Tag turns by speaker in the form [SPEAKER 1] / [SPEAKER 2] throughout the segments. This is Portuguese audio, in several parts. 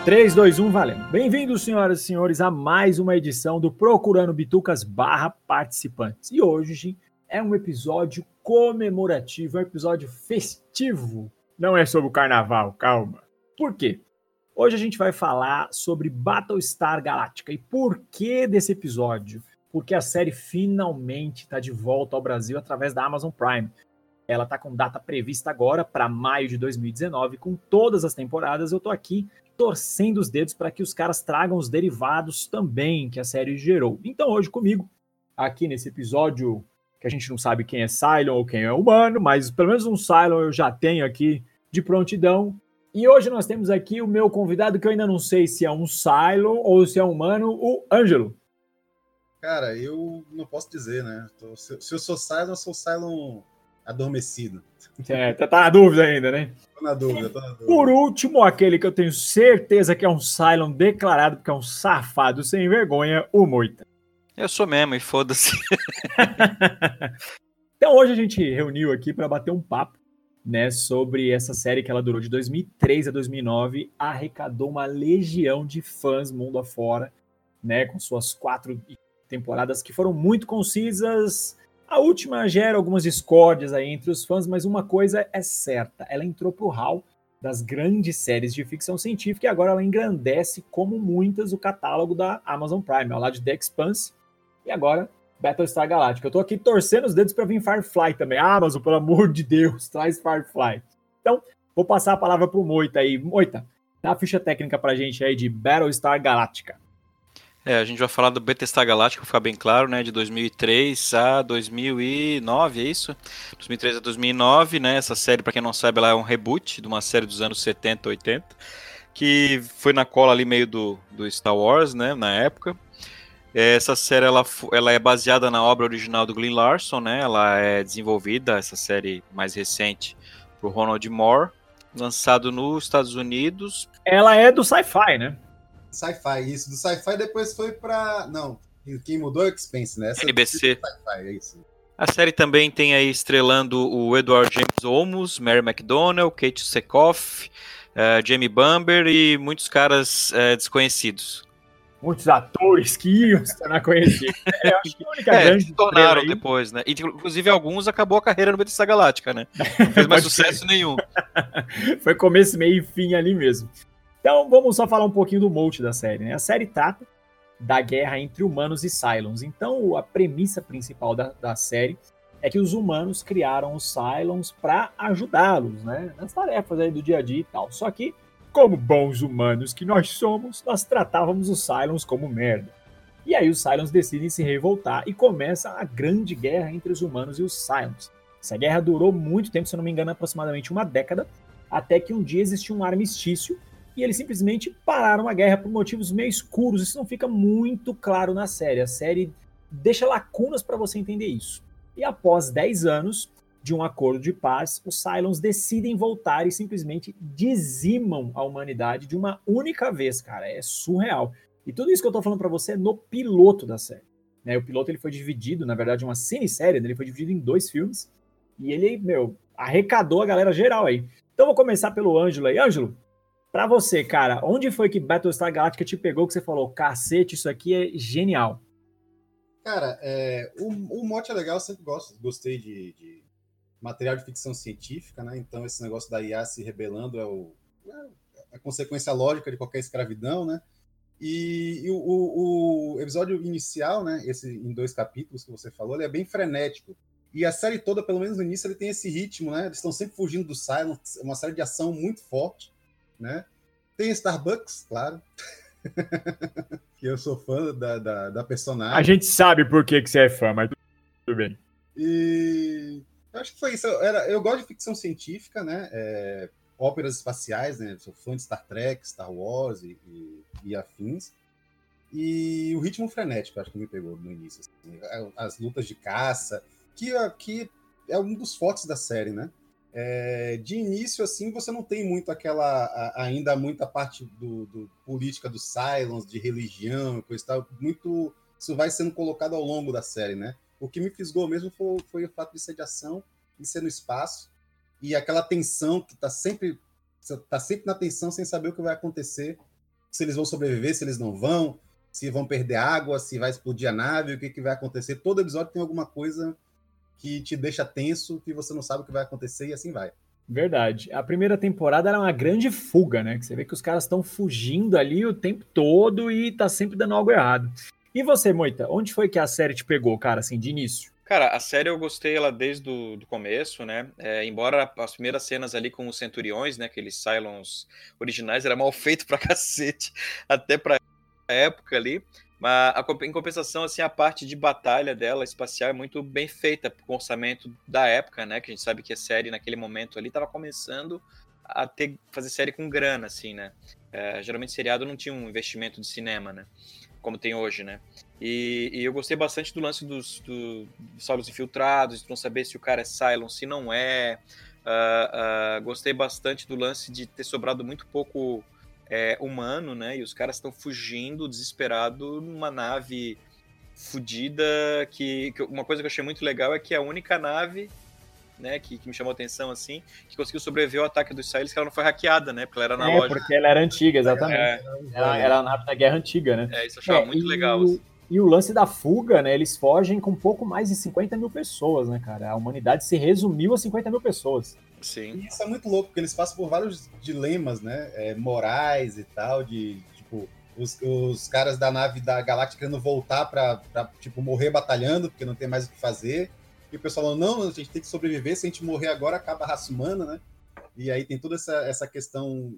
[SPEAKER 1] 3, 2, 1, valendo. Bem-vindos, senhoras e senhores, a mais uma edição do Procurando Bitucas /participantes. E hoje é um episódio comemorativo, é um episódio festivo. Não é sobre o carnaval, calma. Por quê? Hoje a gente vai falar sobre Battlestar Galactica. E por que desse episódio? Porque a série finalmente está de volta ao Brasil através da Amazon Prime. Ela está com data prevista agora para maio de 2019, com todas as temporadas. Eu tô aqui torcendo os dedos para que os caras tragam os derivados também que a série gerou. Então hoje comigo, aqui nesse episódio, que a gente não sabe quem é Cylon ou quem é humano, mas pelo menos um Cylon eu já tenho aqui de prontidão. E hoje nós temos aqui o meu convidado, que eu ainda não sei se é um Cylon ou se é um humano, o Ângelo.
[SPEAKER 2] Cara, eu não posso dizer, né? Se eu sou Cylon, eu sou Cylon adormecido.
[SPEAKER 1] Tá na dúvida ainda, né?
[SPEAKER 2] Tô na dúvida.
[SPEAKER 1] Por último, aquele que eu tenho certeza que é um Cylon declarado, porque é um safado sem vergonha, o Moita.
[SPEAKER 3] Eu sou mesmo, e foda-se.
[SPEAKER 1] Então hoje a gente reuniu aqui para bater um papo, né, sobre essa série que ela durou de 2003 a 2009, arrecadou uma legião de fãs mundo afora, né, com suas 4 temporadas que foram muito concisas. A última gera algumas discórdias aí entre os fãs, mas uma coisa é certa, ela entrou pro hall das grandes séries de ficção científica e agora ela engrandece, como muitas, o catálogo da Amazon Prime, ao lado de The Expanse e agora Battlestar Galactica. Eu tô aqui torcendo os dedos para vir Firefly também. Amazon, pelo amor de Deus, traz Firefly. Então, vou passar a palavra pro Moita aí. Moita, dá a ficha técnica pra gente aí de Battlestar Galactica.
[SPEAKER 3] A gente vai falar do Battlestar Galactica, pra ficar bem claro, né, de 2003 a 2009, é isso? 2003 a 2009, né, essa série, pra quem não sabe, ela é um reboot de uma série dos anos 70, 80, que foi na cola ali meio do Star Wars, né, na época. Essa série, ela é baseada na obra original do Glenn Larson, né, ela é desenvolvida, essa série mais recente, por Ronald Moore, lançado nos Estados Unidos.
[SPEAKER 1] Ela é do Sci-Fi, né?
[SPEAKER 2] Sci-Fi, isso. Do Sci-Fi depois foi pra... Não, quem mudou é o Expanse, né? Essa
[SPEAKER 3] NBC.
[SPEAKER 2] Sci-Fi, é isso.
[SPEAKER 3] A série também tem aí estrelando o Edward James Olmos, Mary McDonnell, Kate Sackhoff, Jamie Bamber e muitos caras desconhecidos.
[SPEAKER 1] Muitos atores que iam se tornar conhecidos. Eu acho que a única grande
[SPEAKER 3] se tornaram
[SPEAKER 1] aí...
[SPEAKER 3] depois, né? E, inclusive, alguns acabou a carreira no Battlestar Galactica, né? Não fez mais sucesso nenhum.
[SPEAKER 1] Foi começo, meio e fim ali mesmo. Então, vamos só falar um pouquinho do mote da série, né? A série trata da guerra entre humanos e Cylons. Então, a premissa principal da série é que os humanos criaram os Cylons para ajudá-los, né? Nas tarefas aí do dia a dia e tal. Só que, como bons humanos que nós somos, nós tratávamos os Cylons como merda. E aí os Cylons decidem se revoltar e começa a grande guerra entre os humanos e os Cylons. Essa guerra durou muito tempo, se eu não me engano, aproximadamente uma década, até que um dia existiu um armistício e eles simplesmente pararam a guerra por motivos meio escuros. Isso não fica muito claro na série. A série deixa lacunas para você entender isso. E após 10 anos de um acordo de paz, os Cylons decidem voltar e simplesmente dizimam a humanidade de uma única vez, cara. É surreal. E tudo isso que eu tô falando para você é no piloto da série. Né? O piloto ele foi dividido, na verdade, uma cinesérie, né? Ele foi dividido em 2 filmes. E ele, arrecadou a galera geral aí. Então vou começar pelo Ângelo aí. Ângelo, pra você, cara, onde foi que Battlestar Galactica te pegou que você falou, cacete, isso aqui é genial?
[SPEAKER 2] Cara, o mote é legal, eu sempre gostei de material de ficção científica, né? Então esse negócio da IA se rebelando é a consequência lógica de qualquer escravidão, né? E o episódio inicial, né? Esse em 2 capítulos que você falou, ele é bem frenético. E a série toda, pelo menos no início, ele tem esse ritmo, né? Eles estão sempre fugindo do Cylons, é uma série de ação muito forte, né? Tem Starbucks, claro. Que eu sou fã da personagem.
[SPEAKER 1] A gente sabe por que você é fã, mas tudo bem.
[SPEAKER 2] E eu acho que foi isso. Eu gosto de ficção científica, né? Óperas espaciais, né? Sou fã de Star Trek, Star Wars e afins. E o ritmo frenético, acho que me pegou no início. Assim. As lutas de caça, que é um dos fortes da série, né? De início, assim, você não tem muito ainda muita parte do política dos Cylons, de religião e coisa e tal. Muito, isso vai sendo colocado ao longo da série, né? O que me fisgou mesmo foi o fato de ser de ação, de ser no espaço, e aquela tensão que tá sempre na tensão, sem saber o que vai acontecer. se eles vão sobreviver, se eles não vão, se vão perder água, se vai explodir a nave, o que vai acontecer. Todo episódio tem alguma coisa que te deixa tenso, que você não sabe o que vai acontecer e assim vai.
[SPEAKER 1] Verdade. A primeira temporada era uma grande fuga, né? Que você vê que os caras estão fugindo ali o tempo todo e tá sempre dando algo errado. E você, Moita, onde foi que a série te pegou, cara, assim, de início?
[SPEAKER 3] Cara, a série eu gostei ela desde do começo, né? Embora as primeiras cenas ali com os Centuriões, né? Aqueles Cylons originais, era mal feito pra cacete, até pra época ali. Mas em compensação, assim, a parte de batalha dela, espacial, é muito bem feita com o orçamento da época, né? Que a gente sabe que a série naquele momento ali tava começando a fazer série com grana, assim, né? Geralmente seriado não tinha um investimento de cinema, né? Como tem hoje, né? E eu gostei bastante do lance dos Cylons infiltrados, de não saber se o cara é Cylon, se não é. Gostei bastante do lance de ter sobrado muito pouco humano, né? E os caras estão fugindo, desesperado, numa nave fodida. Uma coisa que eu achei muito legal é que a única nave, né, que me chamou a atenção, assim, que conseguiu sobreviver ao ataque dos Cylons, que ela não foi hackeada, né? Porque ela era analógica.
[SPEAKER 1] Porque ela era antiga, exatamente. Era a nave da Guerra Antiga, né?
[SPEAKER 3] Isso eu achava muito legal. Assim.
[SPEAKER 1] E o lance da fuga, né? Eles fogem com pouco mais de 50 mil pessoas, né, cara? A humanidade se resumiu a 50 mil pessoas.
[SPEAKER 3] Sim.
[SPEAKER 2] E isso é muito louco, porque eles passam por vários dilemas, né? Morais e tal, de, tipo, os caras da nave da Galáctica querendo voltar pra, tipo, morrer batalhando, porque não tem mais o que fazer. E o pessoal falando, não, a gente tem que sobreviver, se a gente morrer agora, acaba a raça humana, né? E aí tem toda essa questão,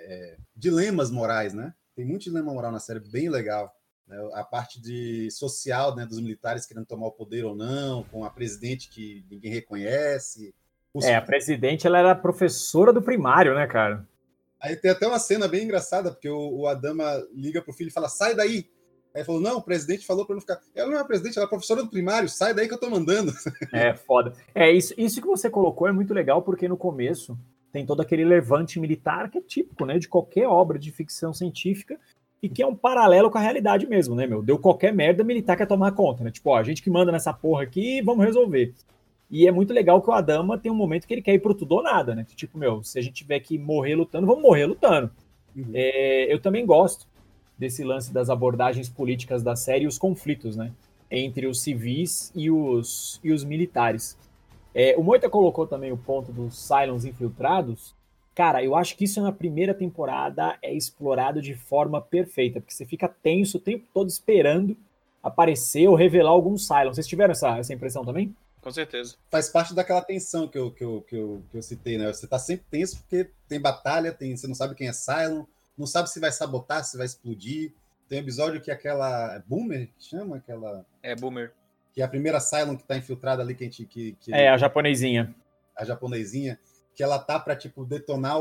[SPEAKER 2] dilemas morais, né? Tem muito dilema moral na série, bem legal. Né? A parte social, né, dos militares querendo tomar o poder ou não, com a presidente que ninguém reconhece.
[SPEAKER 1] A presidente, ela era professora do primário, né, cara?
[SPEAKER 2] Aí tem até uma cena bem engraçada, porque o Adama liga pro filho e fala, sai daí! Aí ele falou, não, o presidente falou pra eu não ficar. Ela não é presidente, ela é professora do primário, sai daí que eu tô mandando.
[SPEAKER 1] Foda. Isso que você colocou é muito legal, porque no começo tem todo aquele levante militar que é típico, né, de qualquer obra de ficção científica e que é um paralelo com a realidade mesmo, né, meu? Deu qualquer merda, militar quer tomar conta, né? Tipo, ó, a gente que manda nessa porra aqui, vamos resolver. E é muito legal que o Adama tem um momento que ele quer ir pro tudo ou nada, né? Tipo, meu, se a gente tiver que morrer lutando, vamos morrer lutando. Uhum. Eu também gosto desse lance das abordagens políticas da série e os conflitos, né? Entre os civis e os militares. O Moita colocou também o ponto dos Cylons infiltrados. Cara, eu acho que isso na primeira temporada é explorado de forma perfeita, porque você fica tenso o tempo todo esperando aparecer ou revelar algum Cylon. Vocês tiveram essa impressão também?
[SPEAKER 3] Com certeza.
[SPEAKER 2] Faz parte daquela tensão que eu citei, né? Você tá sempre tenso porque tem batalha, você não sabe quem é Cylon, não sabe se vai sabotar, se vai explodir. Tem um episódio que aquela Boomer, que chama? Aquela...
[SPEAKER 3] Boomer.
[SPEAKER 2] Que é a primeira Cylon que tá infiltrada ali,
[SPEAKER 1] a japonesinha.
[SPEAKER 2] A japonesinha, que ela tá pra, tipo, detonar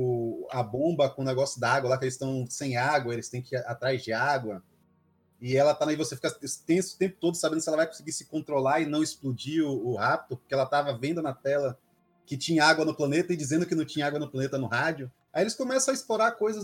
[SPEAKER 2] a bomba com o negócio da água lá, que eles estão sem água, eles têm que ir atrás de água. E ela tá aí, você fica tenso o tempo todo, sabendo se ela vai conseguir se controlar e não explodir o Raptor, porque ela tava vendo na tela que tinha água no planeta e dizendo que não tinha água no planeta no rádio. Aí eles começam a explorar coisas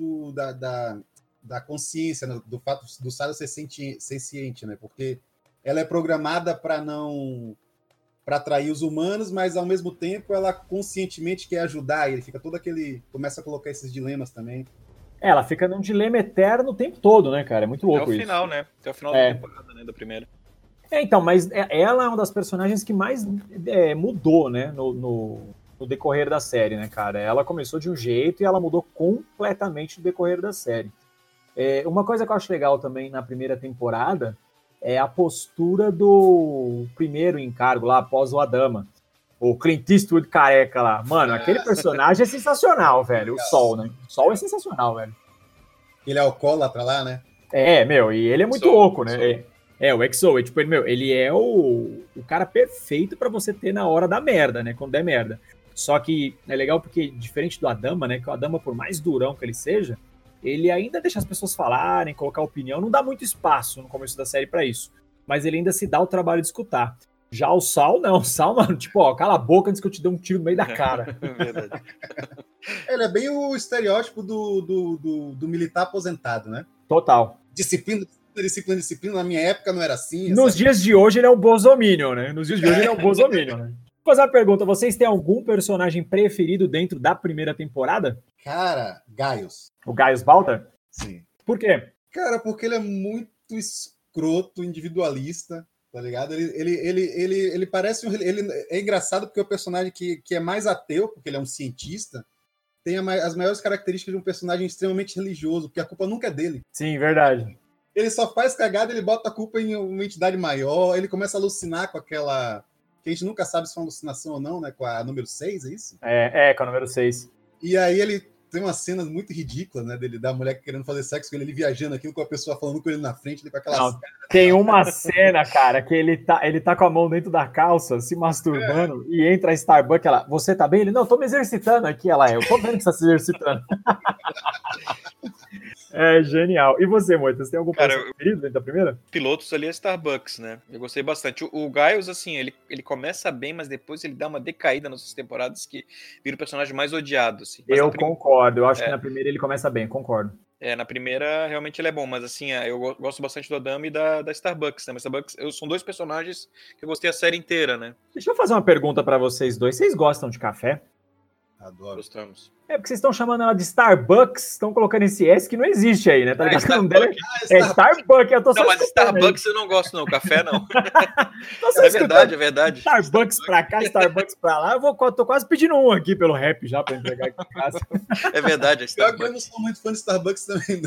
[SPEAKER 2] da consciência, né? Do fato do Cylon ser ciente, né? Porque ela é programada para atrair os humanos, mas ao mesmo tempo ela conscientemente quer ajudar, e ele fica começa a colocar esses dilemas também.
[SPEAKER 1] Ela fica num dilema eterno o tempo todo, né, cara? É muito louco isso.
[SPEAKER 3] Até o final, né? Até o final da temporada, né? Da primeira.
[SPEAKER 1] Então, mas ela é uma das personagens que mais mudou, né? No decorrer da série, né, cara? Ela começou de um jeito e ela mudou completamente no decorrer da série. Uma coisa que eu acho legal também na primeira temporada é a postura do primeiro encargo lá, após o Adama. O Clint Eastwood careca lá. Mano, aquele personagem é sensacional, velho. O Sol, né? O Sol é sensacional, velho.
[SPEAKER 2] Ele é alcoólatra lá, né?
[SPEAKER 1] E ele é muito louco, né? O Exo, tipo, ele é o cara perfeito pra você ter na hora da merda, né? Quando der merda. Só que é legal porque, diferente do Adama, né? Que o Adama, por mais durão que ele seja, ele ainda deixa as pessoas falarem, colocar opinião. Não dá muito espaço no começo da série pra isso. Mas ele ainda se dá o trabalho de escutar. Já o Sal, não. O Sal, mano, tipo, ó, cala a boca antes que eu te dê um tiro no meio da cara.
[SPEAKER 3] Verdade.
[SPEAKER 2] Ele é bem o estereótipo do militar aposentado, né?
[SPEAKER 1] Total.
[SPEAKER 2] Disciplina. Na minha época não era assim.
[SPEAKER 1] Nos dias de hoje ele é o Bolsominion, né? Vou fazer uma pergunta. Vocês têm algum personagem preferido dentro da primeira temporada?
[SPEAKER 2] Cara, Gaius.
[SPEAKER 1] O Gaius Baltar?
[SPEAKER 2] Sim.
[SPEAKER 1] Por quê?
[SPEAKER 2] Cara, porque ele é muito escroto, individualista, tá ligado? Ele parece ele é engraçado porque é o personagem que é mais ateu, porque ele é um cientista, tem as maiores características de um personagem extremamente religioso, porque a culpa nunca é dele.
[SPEAKER 1] Sim, verdade.
[SPEAKER 2] Ele só faz cagada, ele bota a culpa em uma entidade maior, ele começa a alucinar com aquela... que a gente nunca sabe se foi uma alucinação ou não, né? Com a número 6, é isso?
[SPEAKER 1] Com a número 6.
[SPEAKER 2] E aí ele tem umas cenas muito ridículas, né? Da mulher querendo fazer sexo com ele viajando aquilo, com a pessoa falando com ele na frente, ele com aquelas...
[SPEAKER 1] Tem uma cena, cara, que ele tá com a mão dentro da calça, se masturbando, e entra a Starbucks, ela, você tá bem? Ele, não, eu tô me exercitando aqui, eu tô vendo que você tá se exercitando. É genial. E você, Moita, você tem algum preferido dentro da primeira?
[SPEAKER 3] Pilotos ali é Starbucks, né? Eu gostei bastante. O Giles, assim, ele começa bem, mas depois ele dá uma decaída nas suas temporadas que vira o personagem mais odiado, assim. Mas
[SPEAKER 1] eu concordo, eu acho que na primeira ele começa bem, concordo.
[SPEAKER 3] Na primeira realmente ele é bom, mas assim, eu gosto bastante do Adam e da Starbucks, né? Mas Starbucks, são dois personagens que eu gostei a série inteira, né?
[SPEAKER 1] Deixa eu fazer uma pergunta pra vocês dois. Vocês gostam de café?
[SPEAKER 2] Adoro.
[SPEAKER 3] Gostamos.
[SPEAKER 1] É porque vocês estão chamando ela de Starbucks, estão colocando esse S que não existe aí, né? Tá ligado? O nome dela é Starbucks. Eu tô só
[SPEAKER 3] não, mas Starbucks eu não gosto, não. Café não. É verdade.
[SPEAKER 1] Starbucks pra cá, Starbucks pra lá. Tô quase pedindo um aqui pelo rap já pra entregar aqui em casa.
[SPEAKER 3] É verdade, é Starbucks.
[SPEAKER 2] Eu não sou muito fã de Starbucks também.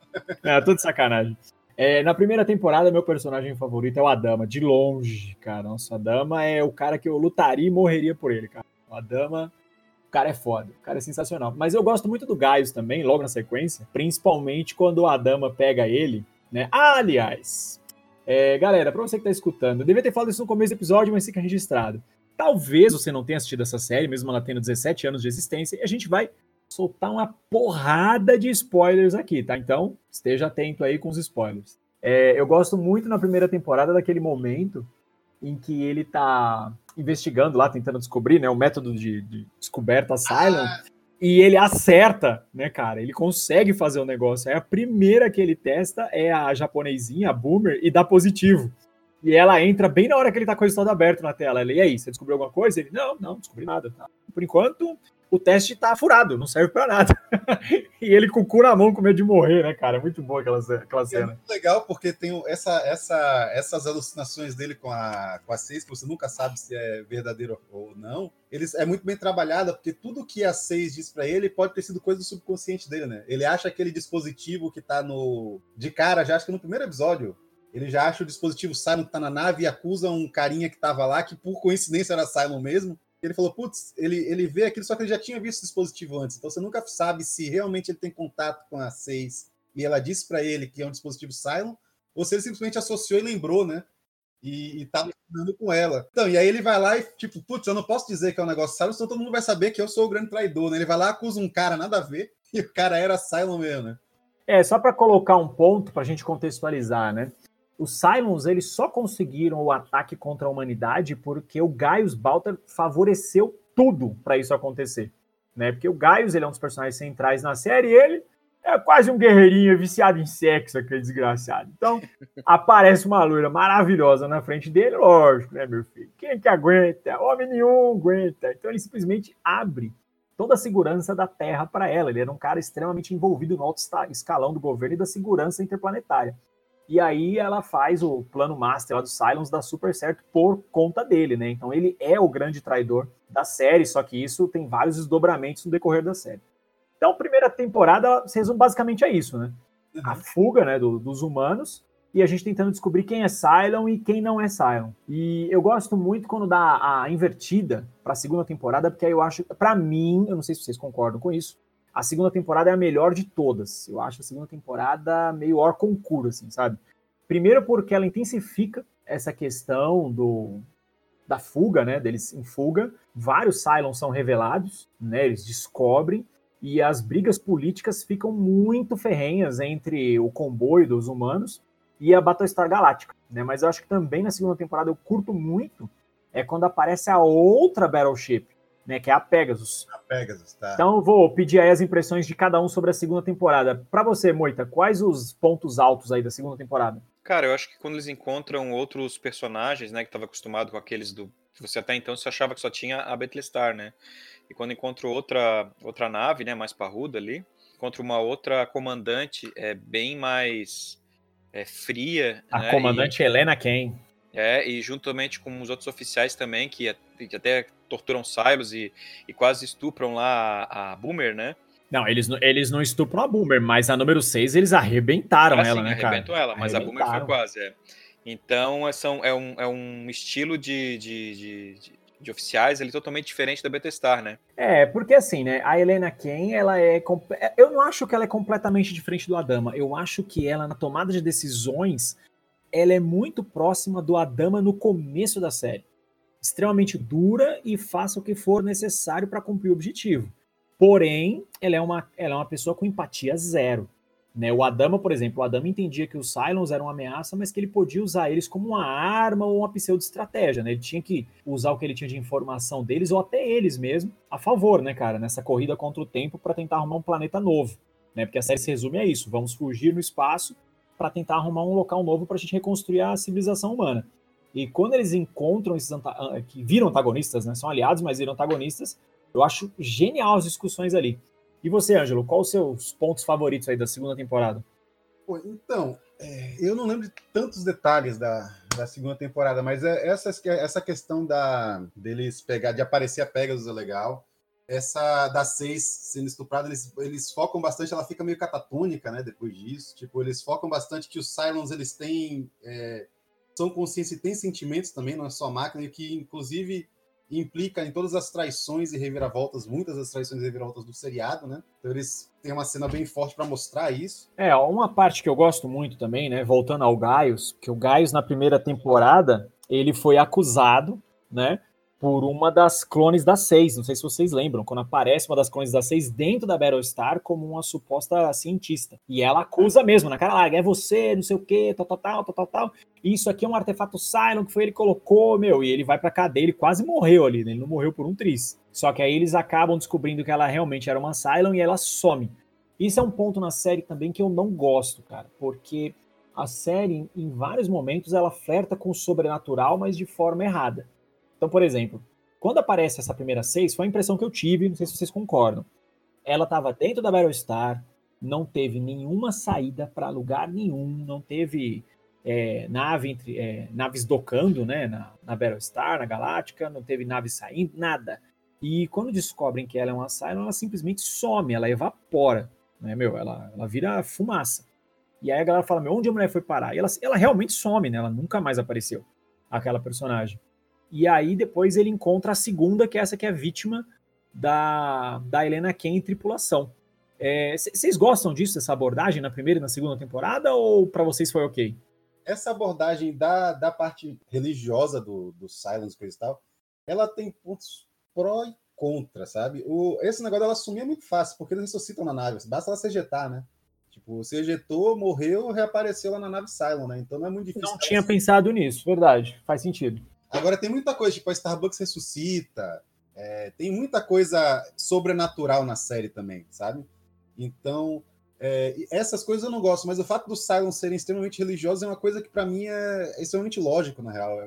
[SPEAKER 1] Tô de sacanagem. Na primeira temporada, meu personagem favorito é o Adama, de longe, cara. Nossa, o Adama é o cara que eu lutaria e morreria por ele, cara. O Adama... O cara é foda, o cara é sensacional. Mas eu gosto muito do Gaius também, logo na sequência, principalmente quando o Adama pega ele, né? Aliás, galera, pra você que tá escutando, eu devia ter falado isso no começo do episódio, mas fica registrado. Talvez você não tenha assistido essa série, mesmo ela tendo 17 anos de existência, e a gente vai soltar uma porrada de spoilers aqui, tá? Então, esteja atento aí com os spoilers. Eu gosto muito na primeira temporada daquele momento em que ele tá investigando lá, tentando descobrir, né, o método de descoberta Cylon, e ele acerta, né, cara, ele consegue fazer o negócio. Aí a primeira que ele testa é a japonesinha, a Boomer, e dá positivo. E ela entra bem na hora que ele tá com o resultado aberto na tela. Ela, e aí, você descobriu alguma coisa? Ele, não descobri nada. Tá? Por enquanto, o teste tá furado, não serve pra nada. E ele com o cu na mão com medo de morrer, né, cara? Muito boa aquela cena.
[SPEAKER 2] É muito legal porque tem essas alucinações dele com a 6, que você nunca sabe se é verdadeiro ou não. É muito bem trabalhada, porque tudo que a 6 diz pra ele pode ter sido coisa do subconsciente dele, né? Ele acha aquele dispositivo que tá de cara, já acho que no primeiro episódio, ele já acha o dispositivo Cylon que tá na nave e acusa um carinha que tava lá, que por coincidência era Cylon mesmo. Ele falou, putz, ele vê aquilo, só que ele já tinha visto o dispositivo antes. Então você nunca sabe se realmente ele tem contato com a 6 e ela disse pra ele que é um dispositivo Cylon, ou se ele simplesmente associou e lembrou, né? E tá lidando com ela. Então, e aí ele vai lá e, tipo, putz, eu não posso dizer que é um negócio Cylon, senão todo mundo vai saber que eu sou o grande traidor, né? Ele vai lá, acusa um cara, nada a ver, e o cara era Cylon mesmo, né?
[SPEAKER 1] Só pra colocar um ponto pra gente contextualizar, né? Os Cylons, eles só conseguiram o ataque contra a humanidade porque o Gaius Baltar favoreceu tudo para isso acontecer, né? Porque o Gaius, ele é um dos personagens centrais na série e ele é quase um guerreirinho viciado em sexo, aquele desgraçado. Então, aparece uma loira maravilhosa na frente dele, lógico, né, meu filho? Quem que aguenta? Homem nenhum aguenta. Então, ele simplesmente abre toda a segurança da Terra para ela. Ele era um cara extremamente envolvido no alto escalão do governo e da segurança interplanetária. E aí ela faz o plano master lá dos Cylons dar super certo por conta dele, né? Então ele é o grande traidor da série, só que isso tem vários desdobramentos no decorrer da série. Então, a primeira temporada se resume basicamente a isso, né? Uhum. A fuga, né, dos humanos e a gente tentando descobrir quem é Cylon e quem não é Cylon. E eu gosto muito quando dá a invertida pra segunda temporada, porque aí eu acho, pra mim, eu não sei se vocês concordam com isso, a segunda temporada é a melhor de todas. Eu acho a segunda temporada meio hors concurso, assim, sabe? Primeiro porque ela intensifica essa questão da fuga, né? Deles em fuga. Vários Cylons são revelados, né? Eles descobrem. E as brigas políticas ficam muito ferrenhas entre o comboio dos humanos e a Battlestar Galáctica, né? Mas eu acho que também na segunda temporada eu curto muito quando aparece a outra Battleship, né, que é a Pegasus.
[SPEAKER 2] A Pegasus, tá.
[SPEAKER 1] Então eu vou pedir aí as impressões de cada um sobre a segunda temporada. Pra você, Moita, quais os pontos altos aí da segunda temporada?
[SPEAKER 3] Cara, eu acho que quando eles encontram outros personagens, né, que estava acostumado com aqueles do Você até então você achava que só tinha a Battlestar, né? E quando encontra outra nave, né, mais parruda ali, encontra uma outra comandante bem mais fria,
[SPEAKER 1] A
[SPEAKER 3] né?
[SPEAKER 1] comandante Helena Kane.
[SPEAKER 3] E juntamente com os outros oficiais também, que até torturam Silos e quase estupram lá a Boomer, né?
[SPEAKER 1] Não, eles não estupram a Boomer, mas a número 6 eles arrebentaram ela,
[SPEAKER 3] sim,
[SPEAKER 1] né, cara?
[SPEAKER 3] arrebentam ela, mas a Boomer foi quase, Então, é um estilo de oficiais ali totalmente diferente da Battlestar, né?
[SPEAKER 1] Porque assim, né, a Helena Kane, eu não acho que ela é completamente diferente do Adama, eu acho que ela, na tomada de decisões, ela é muito próxima do Adama no começo da série. Extremamente dura e faça o que for necessário para cumprir o objetivo. Porém, ela é uma pessoa com empatia zero. Né? O Adama, por exemplo, o Adama entendia que os Cylons eram uma ameaça, mas que ele podia usar eles como uma arma ou uma pseudo-estratégia. Né? Ele tinha que usar o que ele tinha de informação deles, ou até eles mesmo, a favor, né, cara, nessa corrida contra o tempo para tentar arrumar um planeta novo. Né? Porque a série se resume a isso: vamos fugir no espaço para tentar arrumar um local novo para a gente reconstruir a civilização humana. E quando eles encontram esses que viram antagonistas, né? São aliados, mas viram antagonistas, eu acho genial as discussões ali. E você, Ângelo, quais os seus pontos favoritos aí da segunda temporada?
[SPEAKER 2] Pô, então, eu não lembro de tantos detalhes da segunda temporada, mas essa questão deles de aparecer a Pegasus é legal. Essa da 6 sendo estuprada, eles focam bastante, ela fica meio catatônica, né, depois disso. Tipo, eles focam bastante que os Cylons, eles têm... são conscientes e têm sentimentos também, não é só máquina, e que, inclusive, implica em todas as traições e reviravoltas, muitas das traições e reviravoltas do seriado, né? Então eles têm uma cena bem forte para mostrar isso.
[SPEAKER 1] Uma parte que eu gosto muito também, né, voltando ao Gaius, que o Gaius na primeira temporada, ele foi acusado, né, por uma das clones da 6, não sei se vocês lembram, quando aparece uma das clones da 6 dentro da Battlestar como uma suposta cientista. E ela acusa mesmo, na cara larga, é você, não sei o que, tal. Isso aqui é um artefato Cylon que foi ele que colocou, meu, e ele vai pra cadeia, ele quase morreu ali, né? Ele não morreu por um tris. Só que aí eles acabam descobrindo que ela realmente era uma Cylon e ela some. Isso é um ponto na série também que eu não gosto, cara, porque a série, em vários momentos, ela flerta com o sobrenatural, mas de forma errada. Então, por exemplo, quando aparece essa primeira 6, foi a impressão que eu tive, não sei se vocês concordam. Ela estava dentro da Battlestar, não teve nenhuma saída para lugar nenhum, não teve naves docando, né, na Battlestar, na Galáctica, não teve nave saindo, nada. E quando descobrem que ela é uma Cylon, ela simplesmente some, ela evapora, né, ela vira fumaça. E aí a galera fala, onde a mulher foi parar? E ela realmente some, né, ela nunca mais apareceu, aquela personagem. E aí depois ele encontra a segunda, que é essa que é vítima da Helena Kane em tripulação. Vocês gostam disso, dessa abordagem na primeira e na segunda temporada, ou para vocês foi ok?
[SPEAKER 2] Essa abordagem da parte religiosa do Silence e tal, ela tem pontos pró e contra, sabe? Esse negócio dela sumir é muito fácil, porque eles ressuscitam na nave, basta ela se ejetar, né? Tipo, se ejetou, morreu, reapareceu lá na nave Cylon, né? Então não é muito difícil.
[SPEAKER 1] Não tinha pensado nisso, verdade, faz sentido.
[SPEAKER 2] Agora tem muita coisa, tipo, a Starbucks ressuscita, tem muita coisa sobrenatural na série também, sabe? Então, essas coisas eu não gosto, mas o fato dos Cylons serem extremamente religiosos é uma coisa que para mim é extremamente lógico, na real.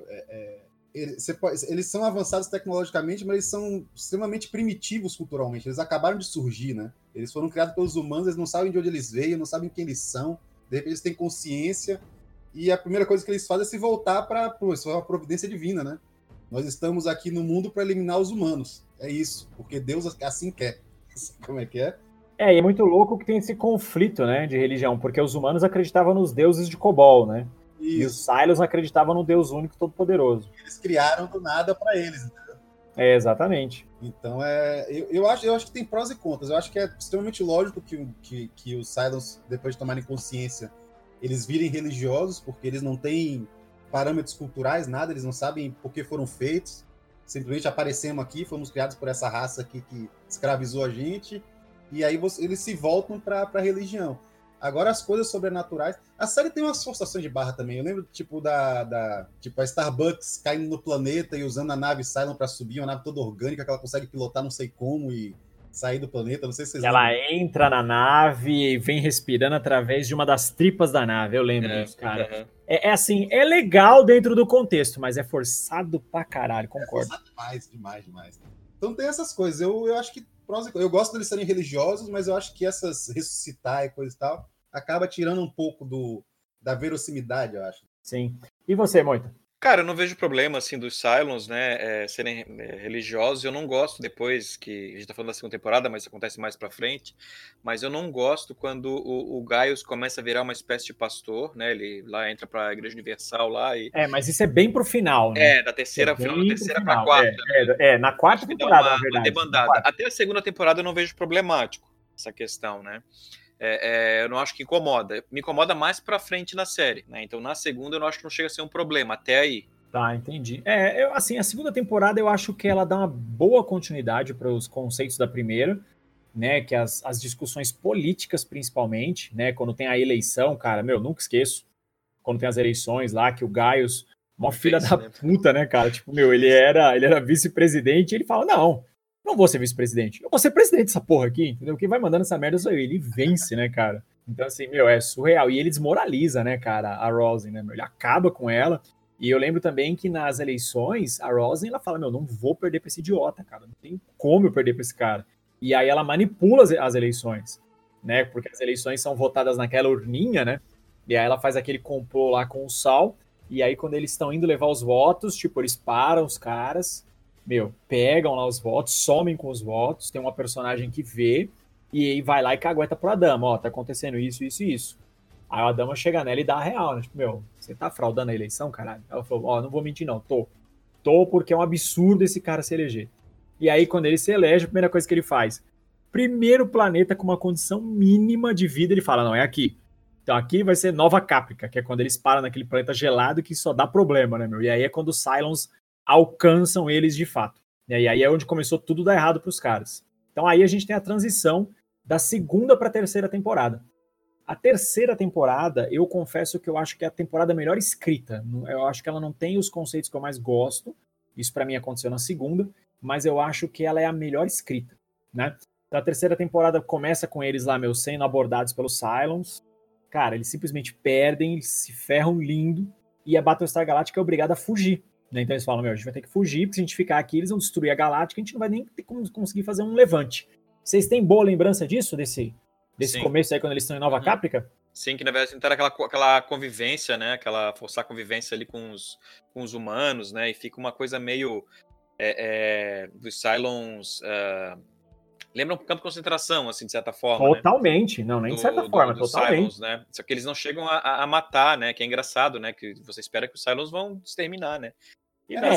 [SPEAKER 2] Eles são avançados tecnologicamente, mas eles são extremamente primitivos culturalmente. Eles acabaram de surgir, né? Eles foram criados pelos humanos, eles não sabem de onde eles veio, não sabem quem eles são. De repente eles têm consciência e a primeira coisa que eles fazem é se voltar para uma providência divina, né? Nós estamos aqui no mundo para eliminar os humanos. É isso, porque Deus assim quer. Como é que é?
[SPEAKER 1] E é muito louco que tem esse conflito, né, de religião, porque os humanos acreditavam nos deuses de Kobol, né? Isso. E os Cylons acreditavam no Deus único todo-poderoso.
[SPEAKER 2] Eles criaram do nada para eles, entendeu?
[SPEAKER 1] Exatamente.
[SPEAKER 2] Então, eu acho que tem prós e contras. Eu acho que é extremamente lógico que os Cylons, depois de tomarem consciência, eles virem religiosos, porque eles não têm parâmetros culturais, nada, eles não sabem por que foram feitos. Simplesmente aparecemos aqui, fomos criados por essa raça aqui que escravizou a gente, e aí eles se voltam para a religião. Agora, as coisas sobrenaturais... A série tem umas forçações de barra também. Eu lembro, tipo, tipo, a Starbucks caindo no planeta e usando a nave Cylon para subir, uma nave toda orgânica que ela consegue pilotar não sei como, e sair do planeta, não sei se vocês
[SPEAKER 1] Ela
[SPEAKER 2] lembram.
[SPEAKER 1] entra na nave e vem respirando através de uma das tripas da nave. Eu lembro disso, cara. É assim, é legal dentro do contexto, mas é forçado pra caralho, concordo.
[SPEAKER 2] É forçado demais. Então tem essas coisas. Eu acho que eu gosto deles serem religiosos, mas eu acho que essas ressuscitar e coisa e tal acaba tirando um pouco da verossimilidade, eu acho.
[SPEAKER 1] Sim. E você, Moita?
[SPEAKER 3] Cara, eu não vejo problema, assim, dos Cylons, né, serem religiosos. Eu não gosto, depois que a gente tá falando da segunda temporada, mas isso acontece mais pra frente, mas eu não gosto quando o Gaius começa a virar uma espécie de pastor, né, ele lá entra pra Igreja Universal lá e...
[SPEAKER 1] Mas isso é bem pro final, né?
[SPEAKER 3] da terceira,
[SPEAKER 1] Bem
[SPEAKER 3] da terceira
[SPEAKER 1] pro
[SPEAKER 3] pra
[SPEAKER 1] final.
[SPEAKER 3] quarta.
[SPEAKER 1] Na quarta temporada, na verdade.
[SPEAKER 3] Debandada. Até a segunda temporada eu não vejo problemático essa questão, né? Eu não acho que incomoda. Me incomoda mais pra frente na série, né? Então na segunda eu não acho que não chega a ser um problema, até aí.
[SPEAKER 1] Tá, entendi. Assim, a segunda temporada eu acho que ela dá uma boa continuidade para os conceitos da primeira, né? Que as discussões políticas, principalmente, né? Quando tem a eleição, cara, nunca esqueço. Quando tem as eleições lá, que o Gaius, mó filha da puta, né, cara? Tipo, ele era vice-presidente e ele fala, não vou ser vice-presidente. Eu vou ser presidente dessa porra aqui, entendeu? Quem vai mandando essa merda sou eu. Ele vence, né, cara? Então, assim, é surreal. E ele desmoraliza, né, cara, a Rosin, né? Ele acaba com ela. E eu lembro também que nas eleições, a Rosin, ela fala, não vou perder pra esse idiota, cara. Não tem como eu perder pra esse cara. E aí ela manipula as eleições, né? Porque as eleições são votadas naquela urninha, né? E aí ela faz aquele complô lá com o Sal. E aí quando eles estão indo levar os votos, tipo, eles param os caras, pegam lá os votos, somem com os votos, tem uma personagem que vê, e aí vai lá e cagueta pro Adama, tá acontecendo isso, isso e isso. Aí a Adama chega nela e dá a real, né? Tipo, você tá fraudando a eleição, caralho? Ela falou, não vou mentir não, tô porque é um absurdo esse cara se eleger. E aí quando ele se elege, a primeira coisa que ele faz, primeiro planeta com uma condição mínima de vida, ele fala, não, é aqui. Então aqui vai ser Nova Caprica, que é quando eles param naquele planeta gelado que só dá problema, né, E aí é quando os Cylons alcançam eles de fato. E aí é onde começou tudo a dar errado pros caras. Então aí a gente tem a transição da segunda pra terceira temporada. A terceira temporada, eu confesso que eu acho que é a temporada melhor escrita. Eu acho que ela não tem os conceitos que eu mais gosto. Isso pra mim aconteceu na segunda. Mas eu acho que ela é a melhor escrita, né? Então, a terceira temporada começa com eles lá, sendo abordados pelos Cylons. Cara, eles simplesmente perdem, eles se ferram lindo. E a Battlestar Galactica é obrigada a fugir. Né? Então eles falam, a gente vai ter que fugir, porque se a gente ficar aqui, eles vão destruir a Galáctica, a gente não vai nem ter como conseguir fazer um levante. Vocês têm boa lembrança disso, desse começo aí, quando eles estão em Nova Caprica?
[SPEAKER 3] Sim, que na verdade tentaram aquela convivência, né? Forçar a convivência ali com os humanos, né? E fica uma coisa meio dos Cylons... lembra um campo de concentração, assim, de certa forma.
[SPEAKER 1] Totalmente, né? Nem de certa forma, totalmente.
[SPEAKER 3] Cylons, né? Só que eles não chegam a matar, né? Que é engraçado, né? Que você espera que os Cylons vão exterminar, né? E não,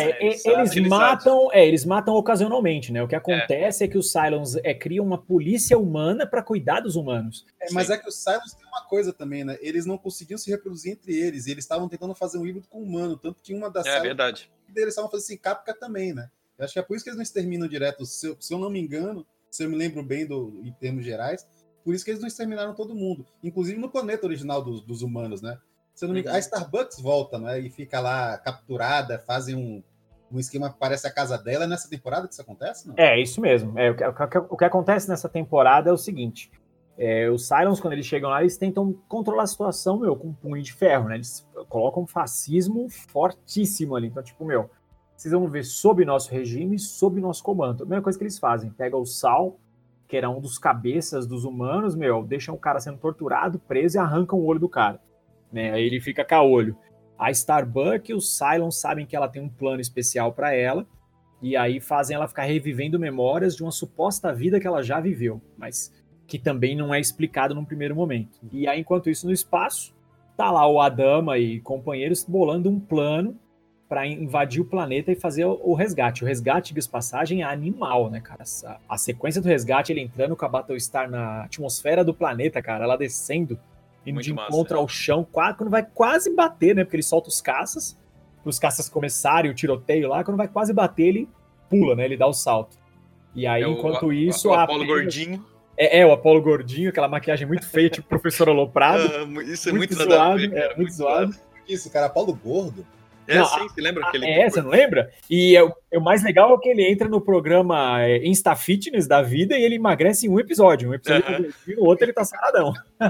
[SPEAKER 1] eles matam ocasionalmente, né? O que acontece é que os Cylons criam uma polícia humana para cuidar dos humanos.
[SPEAKER 2] Mas é que os Cylons têm uma coisa também, né? Eles não conseguiam se reproduzir entre eles, e eles estavam tentando fazer um híbrido com o humano, tanto que uma das
[SPEAKER 3] Cylons... verdade.
[SPEAKER 2] Eles estavam fazendo assim, Caprica também, né? Eu acho que é por isso que eles não exterminam direto, se eu não me engano, se eu me lembro bem em termos gerais, por isso que eles não exterminaram todo mundo. Inclusive no planeta original dos humanos, né? Se eu não me engano, a Starbucks volta, né? E fica lá capturada, fazem um esquema que parece a casa dela. É nessa temporada que isso acontece, não?
[SPEAKER 1] É, isso mesmo. O que acontece nessa temporada é o seguinte. Os Cylons, quando eles chegam lá, eles tentam controlar a situação, com um punho de ferro, né? Eles colocam um fascismo fortíssimo ali. Então, tipo, vocês vão ver sob nosso regime, sob nosso comando. A primeira coisa que eles fazem, pega o Sal, que era um dos cabeças dos humanos, deixam o cara sendo torturado, preso e arrancam o olho do cara. Né? Aí ele fica caolho. A Starbuck, os Cylons sabem que ela tem um plano especial para ela, e aí fazem ela ficar revivendo memórias de uma suposta vida que ela já viveu, mas que também não é explicado num primeiro momento. E aí, enquanto isso, no espaço, tá lá o Adama e companheiros bolando um plano para invadir o planeta e fazer o resgate. O resgate, de passagem, é animal, né, cara? A sequência do resgate, ele entrando com a Battlestar na atmosfera do planeta, cara, ela descendo, indo de encontro ao chão, quando vai quase bater, né? Porque ele solta os caças começarem o tiroteio lá, quando vai quase bater, ele pula, né? Ele dá o salto. E aí, enquanto isso...
[SPEAKER 3] O Apollo gordinho.
[SPEAKER 1] O Apollo gordinho, aquela maquiagem muito feia, tipo professor Aloprado.
[SPEAKER 3] Isso é muito zoado.
[SPEAKER 1] Muito zoado.
[SPEAKER 2] Isso, cara, Apollo gordo.
[SPEAKER 3] Sim, você lembra aquele...
[SPEAKER 1] Você não lembra? E o mais legal é que ele entra no programa Insta Fitness da vida e ele emagrece em um episódio. Um episódio no outro ele tá saradão.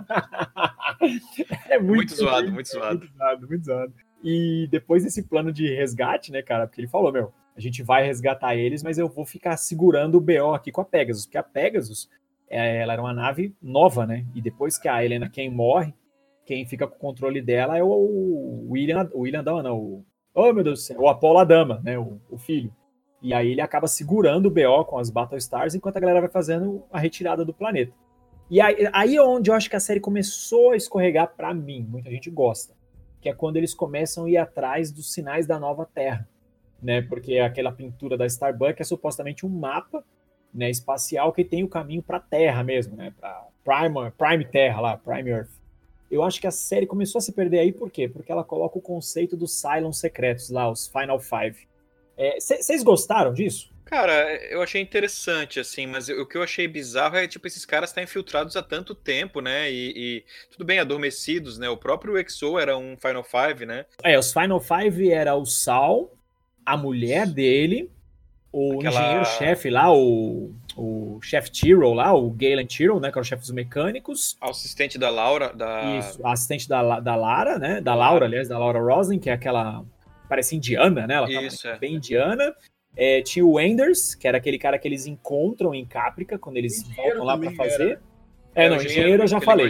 [SPEAKER 1] É
[SPEAKER 3] muito zoado, muito zoado.
[SPEAKER 1] Muito zoado, muito zoado. E depois desse plano de resgate, né, cara? Porque ele falou, a gente vai resgatar eles, mas eu vou ficar segurando o BO aqui com a Pegasus. Porque a Pegasus, ela era uma nave nova, né? E depois que a Helena Kane morre, quem fica com o controle dela é o William Dama, não. Oh, meu Deus do céu. O Apollo Adama, né? O filho. E aí ele acaba segurando o BO com as Battlestars enquanto a galera vai fazendo a retirada do planeta. E aí é onde eu acho que a série começou a escorregar pra mim. Muita gente gosta. Que é quando eles começam a ir atrás dos sinais da nova Terra. Né? Porque aquela pintura da Starbuck é supostamente um mapa, né, espacial que tem o caminho pra Terra mesmo, né? Pra Prime Terra lá, Prime Earth. Eu acho que a série começou a se perder aí, por quê? Porque ela coloca o conceito dos Cylons secretos lá, os Final Five. Vocês gostaram disso?
[SPEAKER 3] Cara, eu achei interessante, assim, mas o que eu achei bizarro é, tipo, esses caras estar infiltrados há tanto tempo, né, e tudo bem, adormecidos, né, o próprio EXO era um Final Five, né?
[SPEAKER 1] Os Final Five era o Sal, a mulher dele, o engenheiro-chefe lá, o chefe Tyrrell lá, o Galen Tyrrell, né, que era o chefe dos mecânicos.
[SPEAKER 3] O assistente da Laura.
[SPEAKER 1] Isso, a assistente da Lara, né, da Laura, aliás, da Laura Roslin, que é aquela, parece indiana, né, ela tá bem indiana. Tinha o Enders, que era aquele cara que eles encontram em Caprica, quando eles voltam lá pra fazer. Não, engenheiro eu já falei.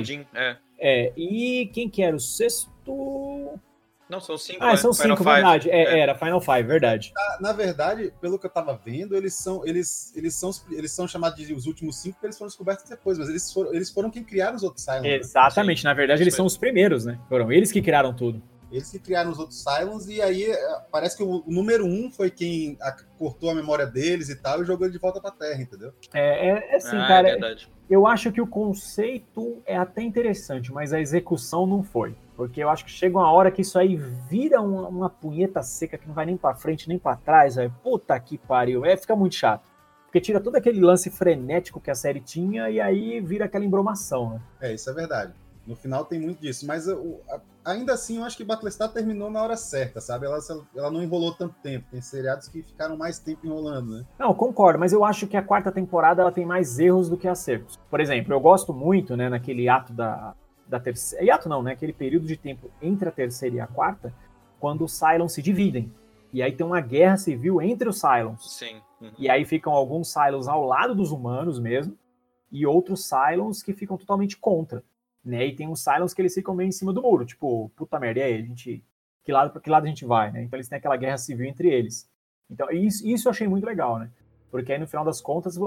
[SPEAKER 1] E quem que era o sexto?
[SPEAKER 3] Não, são 5.
[SPEAKER 1] São 5, verdade. Era Final Five, verdade.
[SPEAKER 2] Na verdade, pelo que eu tava vendo, eles são chamados de os últimos 5 porque eles foram descobertos depois, mas eles foram quem criaram os outros Cylons.
[SPEAKER 1] Exatamente, na verdade eles são os primeiros, né? Foram eles que criaram tudo.
[SPEAKER 2] Eles que criaram os outros Cylons, e aí parece que o número 1 foi quem cortou a memória deles e tal, e jogou ele de volta pra Terra, entendeu?
[SPEAKER 1] Assim, cara,
[SPEAKER 3] é verdade.
[SPEAKER 1] Eu acho que o conceito é até interessante, mas a execução não foi. Porque eu acho que chega uma hora que isso aí vira uma punheta seca que não vai nem pra frente, nem pra trás, velho. Puta que pariu. Fica muito chato. Porque tira todo aquele lance frenético que a série tinha e aí vira aquela embromação, né?
[SPEAKER 2] Isso é verdade. No final tem muito disso. Mas ainda assim, eu acho que Battlestar terminou na hora certa, sabe? Ela não enrolou tanto tempo. Tem seriados que ficaram mais tempo enrolando, né?
[SPEAKER 1] Não, concordo. Mas eu acho que a quarta temporada ela tem mais erros do que acertos. Por exemplo, eu gosto muito, né, naquele ato da terceira... Hiato não, né? Aquele período de tempo entre a terceira e a quarta, quando os Cylons se dividem. E aí tem uma guerra civil entre os Cylons.
[SPEAKER 3] Sim. Uhum.
[SPEAKER 1] E aí ficam alguns Cylons ao lado dos humanos mesmo, e outros Cylons que ficam totalmente contra. Né? E tem uns Cylons que eles ficam meio em cima do muro, tipo, puta merda, e aí, que lado a gente vai, né? Então eles têm aquela guerra civil entre eles. Então, isso eu achei muito legal, né? Porque aí, no final das contas,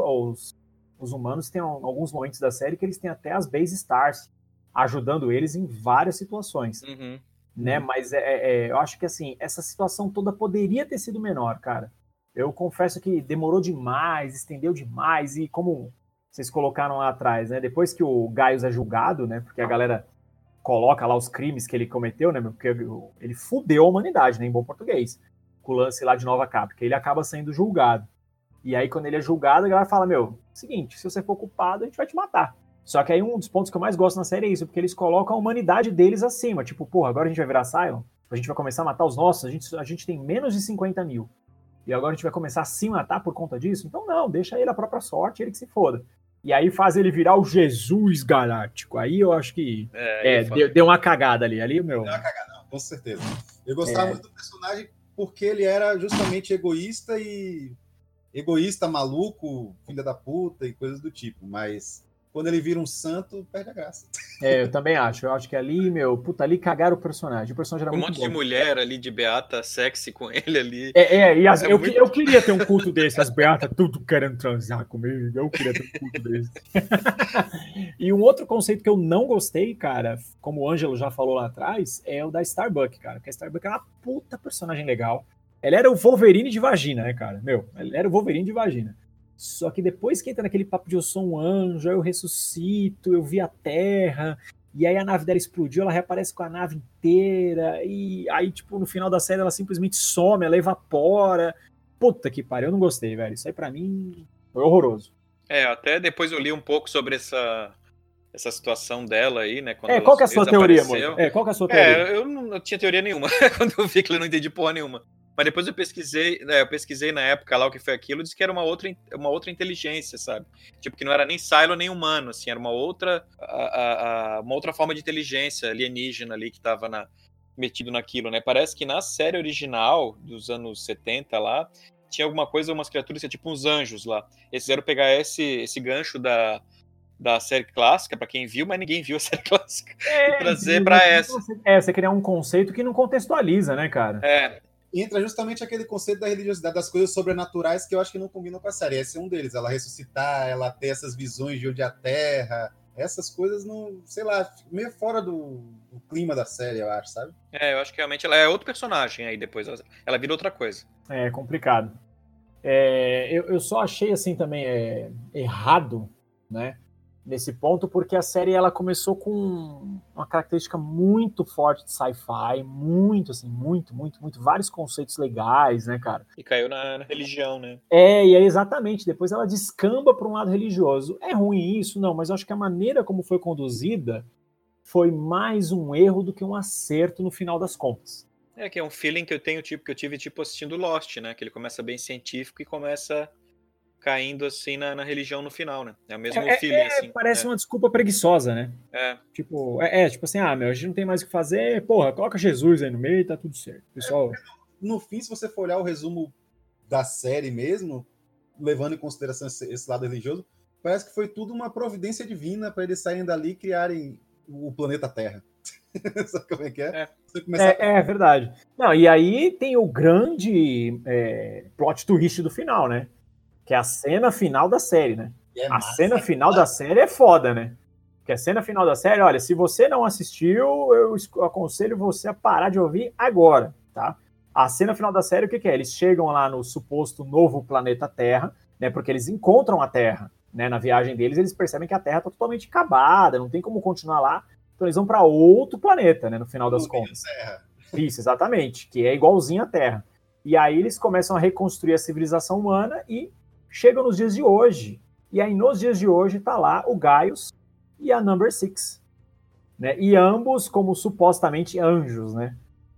[SPEAKER 1] os humanos têm alguns momentos da série que eles têm até as Base Stars ajudando eles em várias situações.
[SPEAKER 3] Uhum.
[SPEAKER 1] Né? Mas eu acho que, assim, essa situação toda poderia ter sido menor, cara. Eu confesso que demorou demais, estendeu demais, e como vocês colocaram lá atrás, né? Depois que o Gaius é julgado, né? Porque a galera coloca lá os crimes que ele cometeu, né? Porque ele fudeu a humanidade, né? Em bom português. Com o lance lá de Nova Caprica. Ele acaba sendo julgado. E aí, quando ele é julgado, a galera fala, seguinte, se você for culpado, a gente vai te matar. Só que aí um dos pontos que eu mais gosto na série é isso, porque eles colocam a humanidade deles acima. Tipo, porra, agora a gente vai virar Cylon? A gente vai começar a matar os nossos? A gente tem menos de 50 mil. E agora a gente vai começar a se matar por conta disso? Então não, deixa ele a própria sorte, ele que se foda. E aí faz ele virar o Jesus Galáctico. Aí eu acho que deu uma cagada ali. Deu
[SPEAKER 2] uma cagada, não, com certeza. Eu gostava muito do personagem porque ele era justamente egoísta, maluco, filha da puta e coisas do tipo. Mas quando ele vira um santo, perde a graça.
[SPEAKER 1] Eu também acho. Eu acho que ali, ali cagaram o personagem. O personagem era muito bom.
[SPEAKER 3] Um monte de mulher ali, de beata, sexy com ele ali.
[SPEAKER 1] Eu queria ter um culto desse. As beatas tudo querendo transar comigo. Eu queria ter um culto desse. E um outro conceito que eu não gostei, cara, como o Ângelo já falou lá atrás, é o da Starbuck, cara. Porque a Starbuck é uma puta personagem legal. Ela era o Wolverine de vagina, né, cara? Ela era o Wolverine de vagina. Só que depois que entra naquele papo de eu sou um anjo, eu ressuscito, eu vi a Terra, e aí a nave dela explodiu, ela reaparece com a nave inteira, e aí, tipo, no final da série ela simplesmente some, ela evapora. Puta que pariu, eu não gostei, velho. Isso aí pra mim foi horroroso.
[SPEAKER 3] Até depois eu li um pouco sobre essa situação dela aí, né? Quando
[SPEAKER 1] Qual que é a sua teoria, amor?
[SPEAKER 3] desapareceu.
[SPEAKER 1] Qual que é a sua teoria?
[SPEAKER 3] Eu não tinha teoria nenhuma. Quando eu vi que eu não entendi porra nenhuma. Mas depois eu pesquisei na época lá o que foi aquilo, disse que era uma outra inteligência, sabe? Tipo, que não era nem Cylon nem humano, assim, era uma outra forma de inteligência alienígena ali que tava metido naquilo, né? Parece que na série original dos anos 70 lá, tinha alguma coisa, umas criaturas, tipo uns anjos lá. Eles fizeram pegar esse gancho da série clássica, pra quem viu, mas ninguém viu a série clássica, e trazer pra essa.
[SPEAKER 1] Você criar um conceito que não contextualiza, né, cara?
[SPEAKER 2] Entra justamente aquele conceito da religiosidade, das coisas sobrenaturais que eu acho que não combinam com a série. Esse é um deles. Ela ressuscitar, ela ter essas visões de onde é a Terra, essas coisas não, sei lá, meio fora do clima da série, eu acho, sabe?
[SPEAKER 3] Eu acho que realmente ela é outro personagem aí depois. Ela vira outra coisa.
[SPEAKER 1] É complicado. Eu só achei assim também errado, né? Nesse ponto, porque a série ela começou com uma característica muito forte de sci-fi, muito, vários conceitos legais, né, cara?
[SPEAKER 3] E caiu na religião, né?
[SPEAKER 1] E aí exatamente, depois ela descamba para um lado religioso. É ruim isso? Não, mas eu acho que a maneira como foi conduzida foi mais um erro do que um acerto no final das contas.
[SPEAKER 3] Que é um feeling que eu tenho, que eu tive assistindo Lost, né? Que ele começa bem científico e começa caindo assim na religião no final, né? É o mesmo feeling, assim.
[SPEAKER 1] Parece uma desculpa preguiçosa, né? Tipo assim, a gente não tem mais o que fazer, porra, coloca Jesus aí no meio e tá tudo certo. Pessoal...
[SPEAKER 2] No fim, se você for olhar o resumo da série mesmo, levando em consideração esse lado religioso, parece que foi tudo uma providência divina para eles saírem dali e criarem o planeta Terra. Sabe como é que é?
[SPEAKER 1] É verdade. Não, e aí tem o grande plot twist do final, né? Que é a cena final da série, né? Cena final da série é foda, né? Porque a cena final da série, olha, se você não assistiu, eu aconselho você a parar de ouvir agora, tá? A cena final da série, o que é? Eles chegam lá no suposto novo planeta Terra, né? Porque eles encontram a Terra, né? Na viagem deles, eles percebem que a Terra tá totalmente acabada, não tem como continuar lá. Então eles vão para outro planeta, né? No final das contas. Isso, exatamente. Que é igualzinho à Terra. E aí eles começam a reconstruir a civilização humana e chegam nos dias de hoje. E aí, nos dias de hoje, tá lá o Gaius e a Number 6. Né? E ambos como supostamente anjos, né?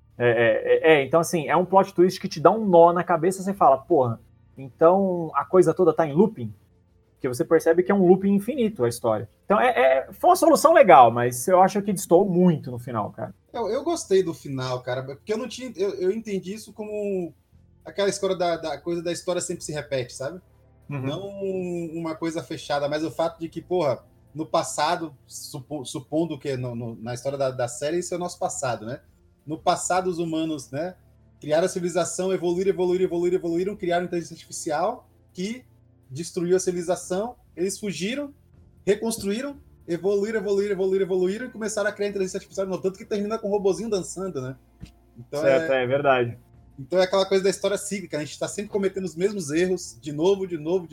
[SPEAKER 1] Então, assim, é um plot twist que te dá um nó na cabeça. Você fala, porra, então a coisa toda tá em looping? Porque você percebe que é um looping infinito a história. Então, foi uma solução legal, mas eu acho que destoou muito no final, cara.
[SPEAKER 2] Eu gostei do final, cara, porque eu não tinha... Eu entendi isso como aquela história da coisa da história sempre se repete, sabe? Uhum. Não uma coisa fechada, mas o fato de que, porra, no passado, supondo que na história da série, isso é o nosso passado, né? No passado, os humanos, né, criaram a civilização, evoluíram, criaram inteligência artificial que destruiu a civilização, eles fugiram, reconstruíram, evoluíram e começaram a criar inteligência artificial, no tanto que termina com um robozinho dançando, né? Então,
[SPEAKER 1] certo, é verdade.
[SPEAKER 2] Então é aquela coisa da história cíclica, a gente está sempre cometendo os mesmos erros, de novo.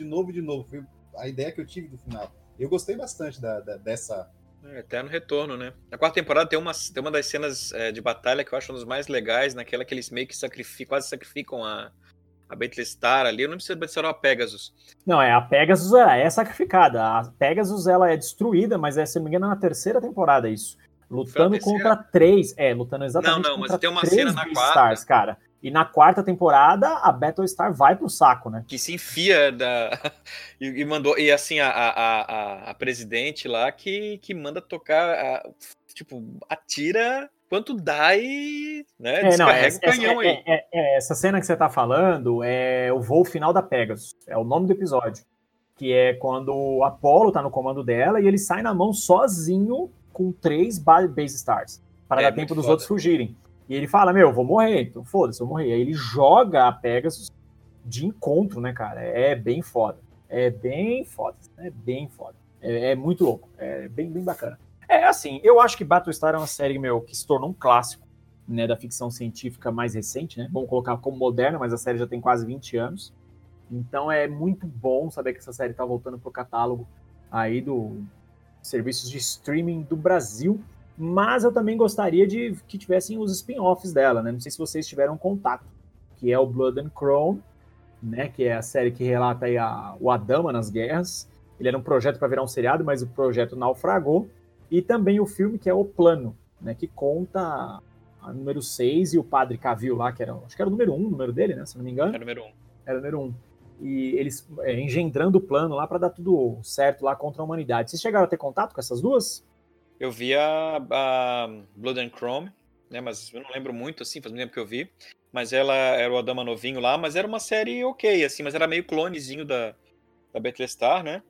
[SPEAKER 2] Foi a ideia que eu tive do final. Eu gostei bastante dessa...
[SPEAKER 3] Eterno retorno, né? Na quarta temporada tem uma das cenas de batalha que eu acho uma das mais legais, naquela que eles meio que quase sacrificam a Battlestar ali. Eu não sei se era a Pegasus.
[SPEAKER 1] Não, a Pegasus é sacrificada. A Pegasus ela é destruída, mas se não me engano, na terceira temporada isso. Lutando contra 3. Lutando exatamente contra
[SPEAKER 3] mas tem uma
[SPEAKER 1] 3
[SPEAKER 3] cena na
[SPEAKER 1] Stars, cara. E na quarta temporada, a Battlestar vai pro saco, né?
[SPEAKER 3] Que se enfia e mandou. E assim, a presidente lá que manda tocar, atira quanto dá e descarrega o canhão aí.
[SPEAKER 1] Essa cena que você tá falando é o voo final da Pegasus. É o nome do episódio. Que é quando o Apollo tá no comando dela e ele sai na mão sozinho com 3 Base Stars. Para dar tempo dos outros fugirem. E ele fala, vou morrer, então foda-se, eu vou morrer. Aí ele joga a Pegasus de encontro, né, cara? É bem foda. É muito louco. É bem bacana. Assim, eu acho que Battlestar é uma série, que se tornou um clássico, né, da ficção científica mais recente, né? Vamos colocar como moderna, mas a série já tem quase 20 anos. Então é muito bom saber que essa série tá voltando pro catálogo aí do serviços de streaming do Brasil. Mas eu também gostaria de que tivessem os spin-offs dela, né? Não sei se vocês tiveram contato, que é o Blood and Chrome, né? Que é a série que relata aí o Adama nas guerras. Ele era um projeto para virar um seriado, mas o projeto naufragou. E também o filme que é O Plano, né, que conta a número 6 e o Padre Cavill lá, acho que era o número 1, o número dele, né, se não me engano.
[SPEAKER 3] É o número 1.
[SPEAKER 1] Era o número 1. E eles engendrando o plano lá para dar tudo certo lá contra a humanidade. Vocês chegaram a ter contato com essas duas?
[SPEAKER 3] Eu vi a Blood and Chrome, né, mas eu não lembro muito, assim, faz muito tempo que eu vi. Mas ela era o Adama novinho lá, mas era uma série ok, assim, mas era meio clonezinho da Battlestar, né?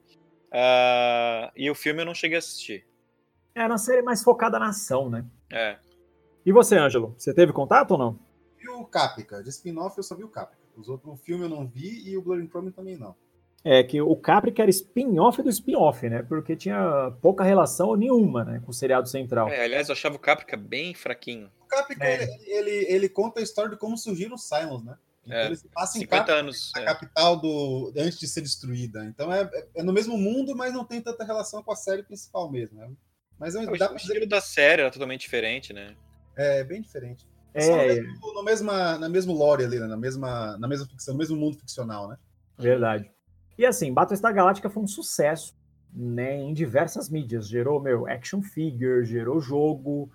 [SPEAKER 3] E o filme eu não cheguei a assistir.
[SPEAKER 1] Era uma série mais focada na ação, né?
[SPEAKER 3] É.
[SPEAKER 1] E você, Ângelo? Você teve contato ou não?
[SPEAKER 2] E o Caprica, de spin-off eu só vi o Caprica. O filme eu não vi e o Blood and Chrome também não.
[SPEAKER 1] É que o Caprica era spin-off do spin-off, né? Porque tinha pouca relação ou nenhuma, né, com o seriado central.
[SPEAKER 3] Aliás, eu achava o Caprica bem fraquinho.
[SPEAKER 2] O Caprica, ele conta a história de como surgiram os Cylons, né? Então ele se passa em
[SPEAKER 3] 50 anos.
[SPEAKER 2] a capital antes de ser destruída. Então é no mesmo mundo, mas não tem tanta relação com a série principal mesmo. Né? Mas
[SPEAKER 3] O estilo da série era totalmente diferente, né?
[SPEAKER 2] É bem diferente. Só na mesma lore ali, né? na mesma ficção, no mesmo mundo ficcional, né?
[SPEAKER 1] Verdade. E assim, Battlestar Galactica foi um sucesso, né, em diversas mídias. Gerou, action figure, gerou jogo,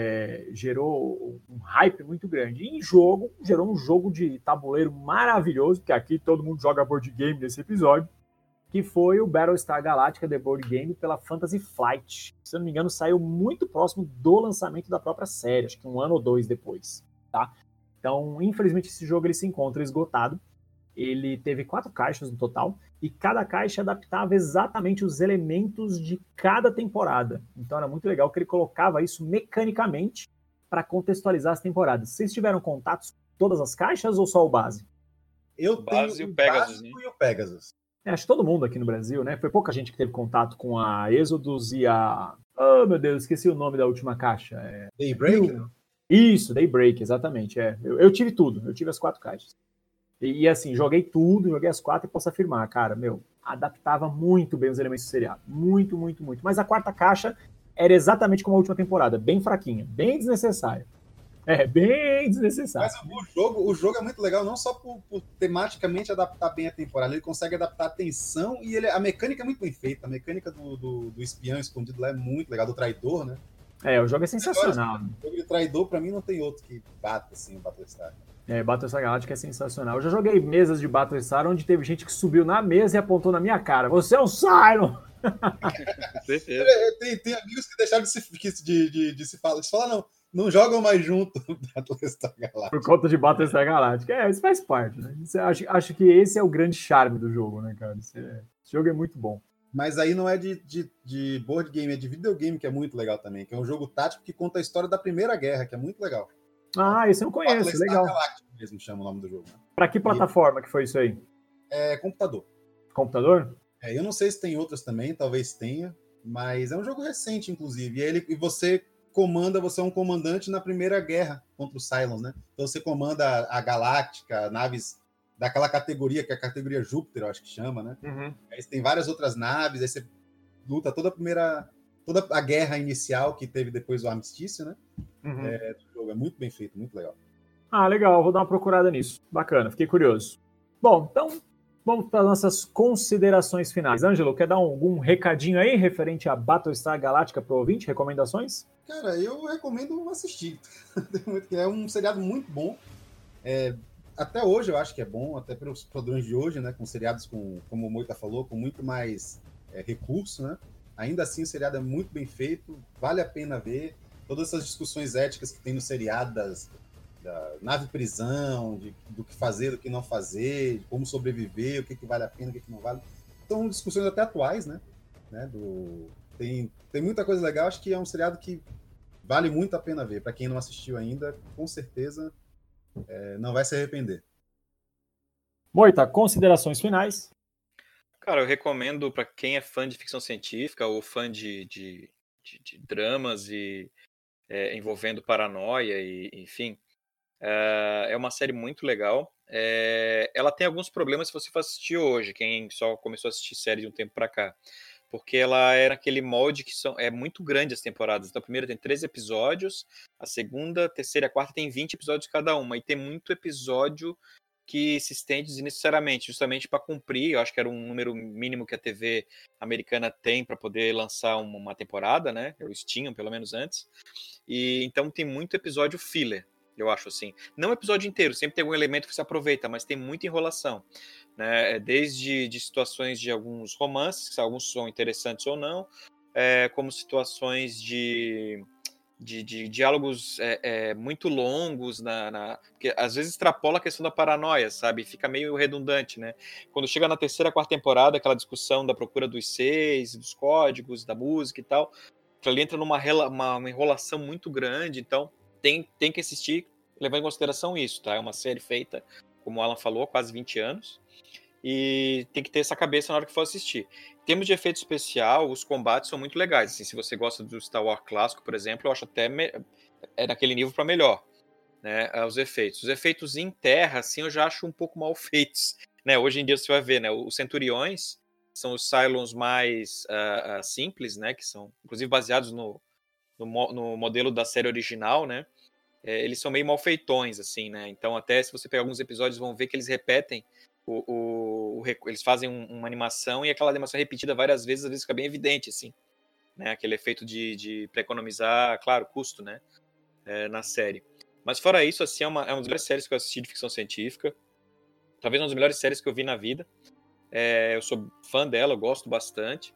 [SPEAKER 1] gerou um hype muito grande. E em jogo, gerou um jogo de tabuleiro maravilhoso, porque aqui todo mundo joga board game nesse episódio, que foi o Battlestar Galactica The Board Game pela Fantasy Flight. Se eu não me engano, saiu muito próximo do lançamento da própria série, acho que 1 ano ou 2 depois, tá? Então, infelizmente, esse jogo ele se encontra esgotado. Ele teve 4 caixas no total, e cada caixa adaptava exatamente os elementos de cada temporada. Então era muito legal que ele colocava isso mecanicamente para contextualizar as temporadas. Vocês tiveram contatos com todas as caixas ou só o base?
[SPEAKER 2] Eu tenho o Pegasus, e o Pegasus.
[SPEAKER 1] Acho que todo mundo aqui no Brasil, né? Foi pouca gente que teve contato com a Exodus e a... Oh, meu Deus, esqueci o nome da última caixa.
[SPEAKER 2] Daybreak?
[SPEAKER 1] Isso, Daybreak, exatamente. Eu tive tudo, eu tive as 4 caixas. E assim, joguei tudo, joguei as 4 e posso afirmar, cara, adaptava muito bem os elementos do seriado. Muito, muito, muito. Mas a 4ª caixa era exatamente como a última temporada, bem fraquinha, bem desnecessária. Bem desnecessário.
[SPEAKER 2] Mas o jogo é muito legal, não só por tematicamente adaptar bem a temporada, ele consegue adaptar a tensão e a mecânica é muito bem feita. A mecânica do espião escondido lá é muito legal, do traidor, né?
[SPEAKER 1] O jogo é sensacional.
[SPEAKER 2] Agora, o jogo de traidor, pra mim, não tem outro que bata assim o Battlestar.
[SPEAKER 1] Battlestar Galactica é sensacional. Eu já joguei mesas de Battlestar onde teve gente que subiu na mesa e apontou na minha cara. Você é um Cylon!
[SPEAKER 3] Certeza.
[SPEAKER 2] Tem amigos que deixaram de se falar. Eles falam, não jogam mais junto Battlestar Galactica.
[SPEAKER 1] Por conta de Battlestar Galactica. Isso faz parte, né? Acho que esse é o grande charme do jogo, né, cara? Esse jogo é muito bom.
[SPEAKER 2] Mas aí não é de board game, é de videogame, que é muito legal também. Que é um jogo tático que conta a história da Primeira Guerra, que é muito legal.
[SPEAKER 1] Esse eu não conheço,
[SPEAKER 2] Battlestar
[SPEAKER 1] legal.
[SPEAKER 2] Galactica mesmo chama o nome do jogo. Né?
[SPEAKER 1] Pra que plataforma que foi isso aí?
[SPEAKER 2] É computador.
[SPEAKER 1] Computador?
[SPEAKER 2] Eu não sei se tem outras também, talvez tenha, mas é um jogo recente, inclusive. E você é um comandante na Primeira Guerra contra os Cylons, né? Então você comanda a Galáctica, naves daquela categoria, que é a categoria Júpiter, eu acho que chama, né?
[SPEAKER 1] Uhum.
[SPEAKER 2] Aí tem várias outras naves, aí você luta toda a guerra inicial que teve depois do armistício, né?
[SPEAKER 1] Uhum.
[SPEAKER 2] O jogo é muito bem feito, muito legal.
[SPEAKER 1] Legal, vou dar uma procurada nisso. Bacana, fiquei curioso. Bom, então vamos para as nossas considerações finais. Ângelo, quer dar algum recadinho aí referente a Battlestar Galactica pro ouvinte? Recomendações?
[SPEAKER 2] Cara, eu recomendo assistir. É um seriado muito bom. Até hoje eu acho que é bom, até pelos padrões de hoje, né? Com seriados como o Moita falou, com muito mais recurso, né? Ainda assim, o seriado é muito bem feito, vale a pena ver. Todas essas discussões éticas que tem no seriado da nave prisão, do que fazer, do que não fazer, de como sobreviver, o que vale a pena, o que não vale. Então, discussões até atuais, né? Tem muita coisa legal, acho que é um seriado que vale muito a pena ver. Para quem não assistiu ainda, com certeza não vai se arrepender.
[SPEAKER 1] Moita, considerações finais?
[SPEAKER 3] Cara, eu recomendo para quem é fã de ficção científica ou fã de dramas e envolvendo paranoia e enfim, é uma série muito legal. Ela tem alguns problemas se você for assistir hoje, quem só começou a assistir série de um tempo para cá, porque ela é naquele molde que é muito grande as temporadas. Então a primeira tem 13 episódios, a segunda, a terceira e a quarta tem 20 episódios cada uma, e tem muito episódio que se estende desnecessariamente, justamente para cumprir, eu acho que era um número mínimo que a TV americana tem para poder lançar uma temporada, né? Eles tinham, pelo menos antes. E então tem muito episódio filler, eu acho assim. Não o episódio inteiro, sempre tem algum elemento que se aproveita, mas tem muita enrolação, né? Desde de situações de alguns romances, que alguns são interessantes ou não, como situações de diálogos muito longos, porque às vezes extrapola a questão da paranoia, sabe? Fica meio redundante, né? Quando chega na terceira, quarta temporada, aquela discussão da procura dos 6, dos códigos, da música e tal, ali entra numa uma enrolação muito grande, então tem que assistir levando em consideração isso, tá? É uma série feita, como o Alan falou, há quase 20 anos, e tem que ter essa cabeça na hora que for assistir. Em termos de efeito especial, os combates são muito legais. Assim, se você gosta do Star Wars clássico, por exemplo, eu acho até naquele nível para melhor, né? Os efeitos. Os efeitos em terra, assim, eu já acho um pouco mal feitos, né? Hoje em dia você vai ver, né? Os Centuriões são os Cylons mais simples, né? Que são, inclusive, baseados no modelo da série original, né? Eles são meio malfeitões, assim, né? Então, até se você pegar alguns episódios, vão ver que eles repetem eles fazem uma animação e aquela animação é repetida várias vezes, às vezes fica bem evidente, assim, né? Aquele efeito para economizar, claro, custo, né? Na série. Mas fora isso, assim, é uma das melhores séries que eu assisti de ficção científica. Talvez uma das melhores séries que eu vi na vida. Eu sou fã dela, eu gosto bastante.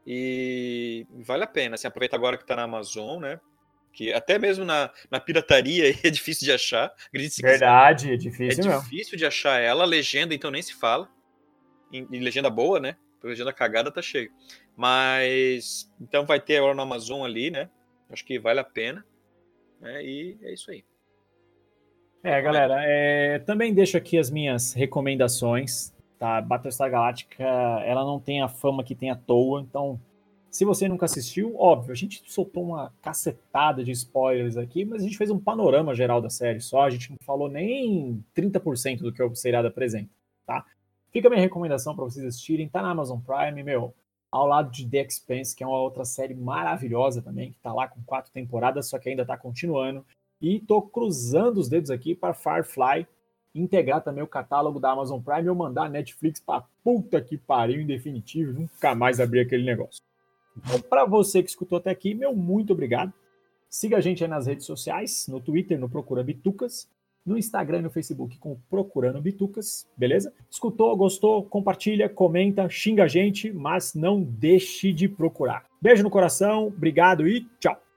[SPEAKER 3] E vale a pena, assim, aproveita agora que tá na Amazon, né? Que até mesmo na pirataria é difícil de achar. Acredite se
[SPEAKER 1] Verdade,
[SPEAKER 3] quiser.
[SPEAKER 1] é difícil mesmo.
[SPEAKER 3] É difícil de achar ela. Legenda, então, nem se fala. E legenda boa, né? Legenda cagada tá cheio. Mas, então vai ter agora na Amazon ali, né? Acho que vale a pena. Né? E é isso aí.
[SPEAKER 1] Galera, também deixo aqui as minhas recomendações, tá? Battlestar Galactica, ela não tem a fama que tem à toa, então, se você nunca assistiu, óbvio, a gente soltou uma cacetada de spoilers aqui, mas a gente fez um panorama geral da série só, a gente não falou nem 30% do que o seriado apresenta, tá? Fica a minha recomendação para vocês assistirem, tá na Amazon Prime, ao lado de The Expanse, que é uma outra série maravilhosa também, que tá lá com 4 temporadas, só que ainda tá continuando. E tô cruzando os dedos aqui para Firefly integrar também o catálogo da Amazon Prime ou mandar a Netflix pra puta que pariu em definitivo, nunca mais abrir aquele negócio. Então, para você que escutou até aqui, muito obrigado. Siga a gente aí nas redes sociais, no Twitter, no Procura Bitucas, no Instagram e no Facebook com Procurando Bitucas, beleza? Escutou, gostou, compartilha, comenta, xinga a gente, mas não deixe de procurar. Beijo no coração, obrigado e tchau!